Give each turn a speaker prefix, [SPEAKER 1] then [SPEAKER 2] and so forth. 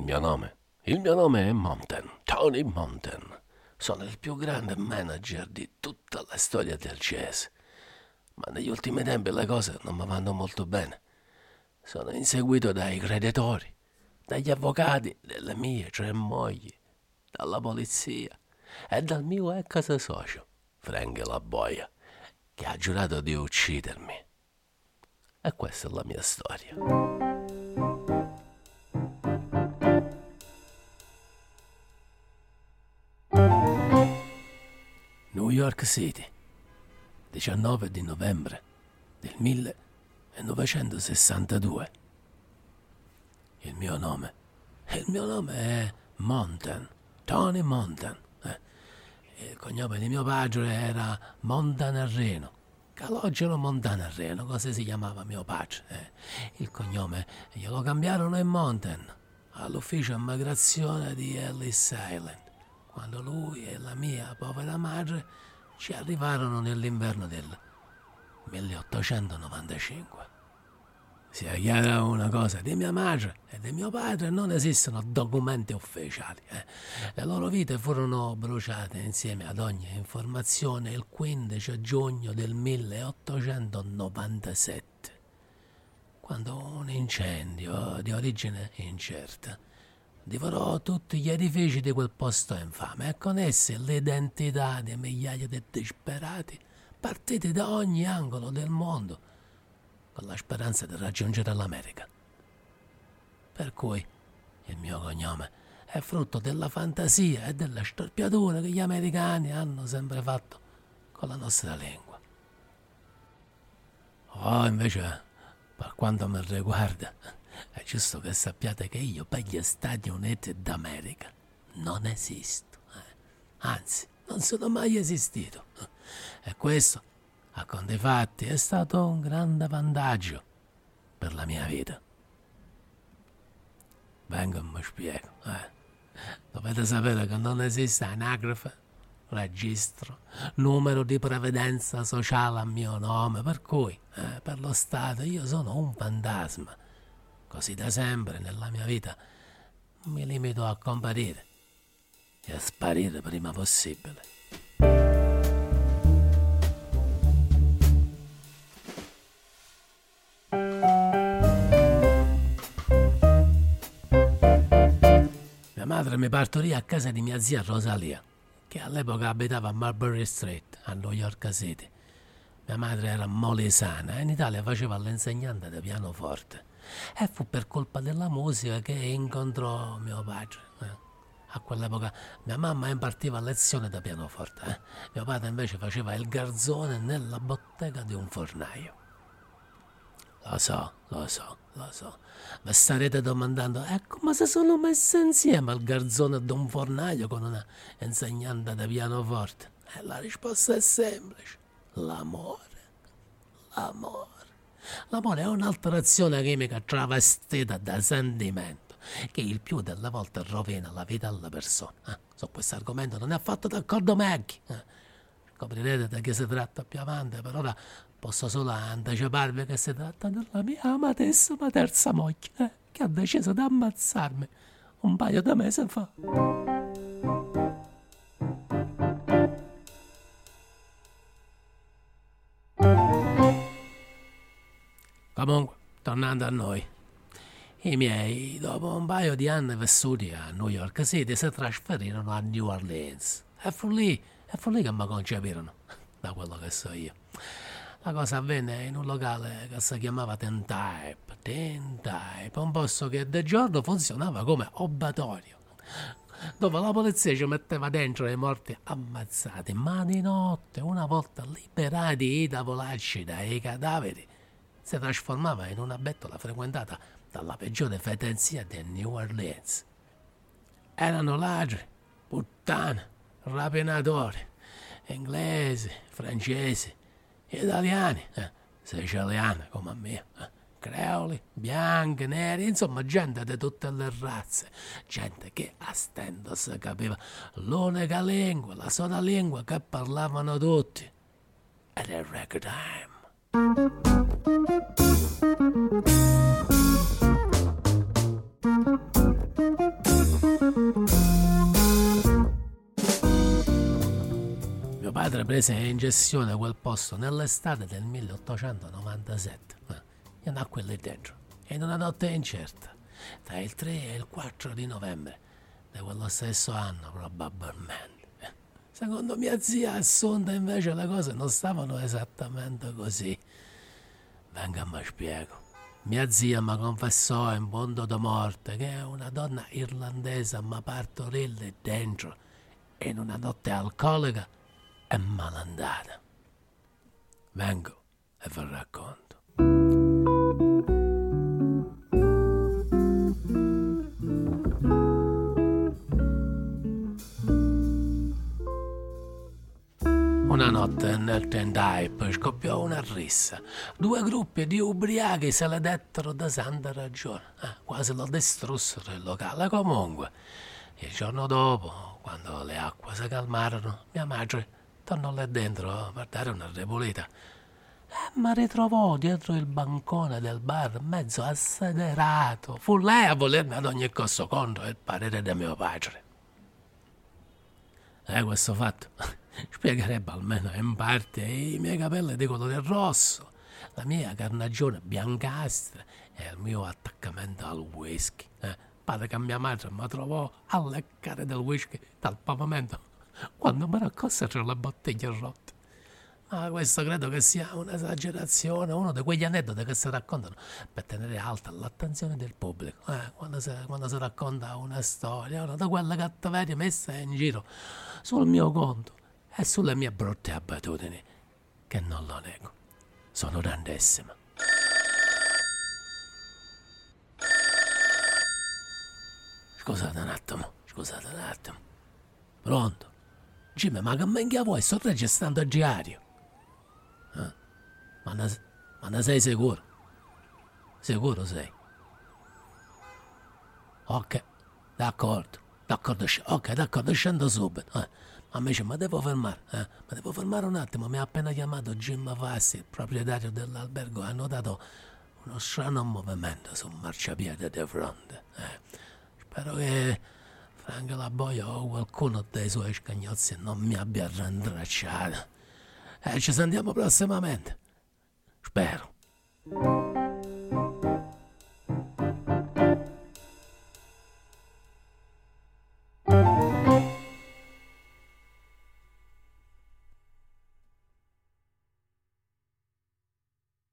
[SPEAKER 1] Il mio nome è Mountain, Tony Mountain. Sono il più grande manager di tutta la storia del jazz. Ma negli ultimi tempi le cose non mi vanno molto bene. Sono inseguito dai creditori, dagli avvocati delle mie 3 mogli, dalla polizia e dal mio ex socio, Frank La Boia, che ha giurato di uccidermi. E questa è la mia storia. New York City, 19 di novembre del 1962. Il mio nome è Mountain, Tony Mountain. Il cognome di mio padre era Montanarreno, Calogero Montanarreno, così si chiamava mio padre. Il cognome glielo cambiarono in Mountain all'ufficio immigrazione di Ellis Island, quando lui e la mia povera madre ci arrivarono nell'inverno del 1895. Sia chiara una cosa, di mia madre e di mio padre non esistono documenti ufficiali. Le loro vite furono bruciate insieme ad ogni informazione il 15 giugno del 1897, quando un incendio di origine incerta divorò tutti gli edifici di quel posto infame e con essi l'identità di migliaia di disperati partiti da ogni angolo del mondo con la speranza di raggiungere l'America. Per cui il mio cognome è frutto della fantasia e della storpiatura che gli americani hanno sempre fatto con la nostra lingua. Invece, per quanto mi riguarda, è giusto che sappiate che io per gli Stati Uniti d'America non esisto. Anzi, non sono mai esistito. E questo, a conti fatti, è stato un grande vantaggio per la mia vita. Vengo e mi spiego. Dovete sapere che non esiste anagrafe, registro, numero di previdenza sociale a mio nome, per cui per lo Stato io sono un fantasma. Così da sempre nella mia vita mi limito a comparire e a sparire prima possibile. Mia madre mi partorì a casa di mia zia Rosalia, che all'epoca abitava a Mulberry Street, a New York City. Mia madre era molisana e in Italia faceva l'insegnante di pianoforte. E fu per colpa della musica che incontrò mio padre. A quell'epoca mia mamma impartiva lezioni da pianoforte. Mio padre invece faceva il garzone nella bottega di un fornaio. Lo so. Vi starete domandando, come si sono messi insieme il garzone ed un fornaio con una insegnante di pianoforte? La risposta è semplice. L'amore. L'amore è un'alterazione chimica travestita da sentimento che il più delle volte rovina la vita alla persona. Su questo argomento non è affatto d'accordo Maggie. Scoprirete da che si tratta più avanti. Per ora posso solo anticiparvi che si tratta della mia amatissima terza moglie, che ha deciso di ammazzarmi un paio di mesi fa. Comunque, tornando a noi, i miei, dopo un paio di anni vissuti a New York City, si trasferirono a New Orleans. E fu lì che mi concepirono, da quello che so io. La cosa avvenne in un locale che si chiamava Tin Type, un posto che di giorno funzionava come obatorio, dove la polizia ci metteva dentro i morti ammazzati, ma di notte, una volta liberati i tavolacci dai cadaveri, si trasformava in una bettola frequentata dalla peggiore fetenza di New Orleans. Erano ladri, puttane, rapinatori, inglesi, francesi, italiani, siciliani come me, creoli, bianchi, neri, insomma gente di tutte le razze, gente che a stento si capiva l'unica lingua, la sola lingua che parlavano tutti, era il ragtime. madre prese in gestione quel posto nell'estate del 1897. Io nacque lì dentro, in una notte incerta, tra il 3 e il 4 di novembre di quello stesso anno, probabilmente. Secondo mia zia Assunta, invece, le cose non stavano esattamente così. Venga, mi spiego. Mia zia mi confessò in punto di morte che una donna irlandese mi partorì lì dentro in una notte alcolica e malandata. Vengo e vi racconto. Una notte nel Tendaip scoppiò una rissa. Due gruppi di ubriachi se la dettero da santa ragione. Quasi lo distrussero il locale. Comunque, il giorno dopo, quando le acque si calmarono, mia madre tornò là dentro per dare una ripulita. Mi ritrovò dietro il bancone del bar, mezzo assederato. Fu lei a volermi ad ogni costo contro il parere di mio padre. Questo fatto spiegherebbe almeno in parte i miei capelli di colore rosso, la mia carnagione biancastra e il mio attaccamento al whisky. Pare che mia madre mi trovò a leccare del whisky dal pavimento quando mi raccolsero le bottiglie rotte. Ma questo credo che sia un'esagerazione, uno di quegli aneddoti che si raccontano per tenere alta l'attenzione del pubblico. Quando si racconta una storia, una di quelle cattiverie messe in giro sul mio conto e sulle mie brutte abitudini, che non lo nego, sono grandissime. Scusate un attimo. Pronto? Jimmy, ma che minchia vuoi? Sto registrando il diario. Ma ne sei sicuro? Sicuro sei? Ok, d'accordo, scendo subito. Ma invece mi devo fermare, un attimo. Mi ha appena chiamato Jim Fassi, il proprietario dell'albergo. Ha notato uno strano movimento sul marciapiede di fronte. Spero che Frank La Boia o qualcuno dei suoi scagnozzi non mi abbia rintracciato. Ci sentiamo prossimamente. Spero.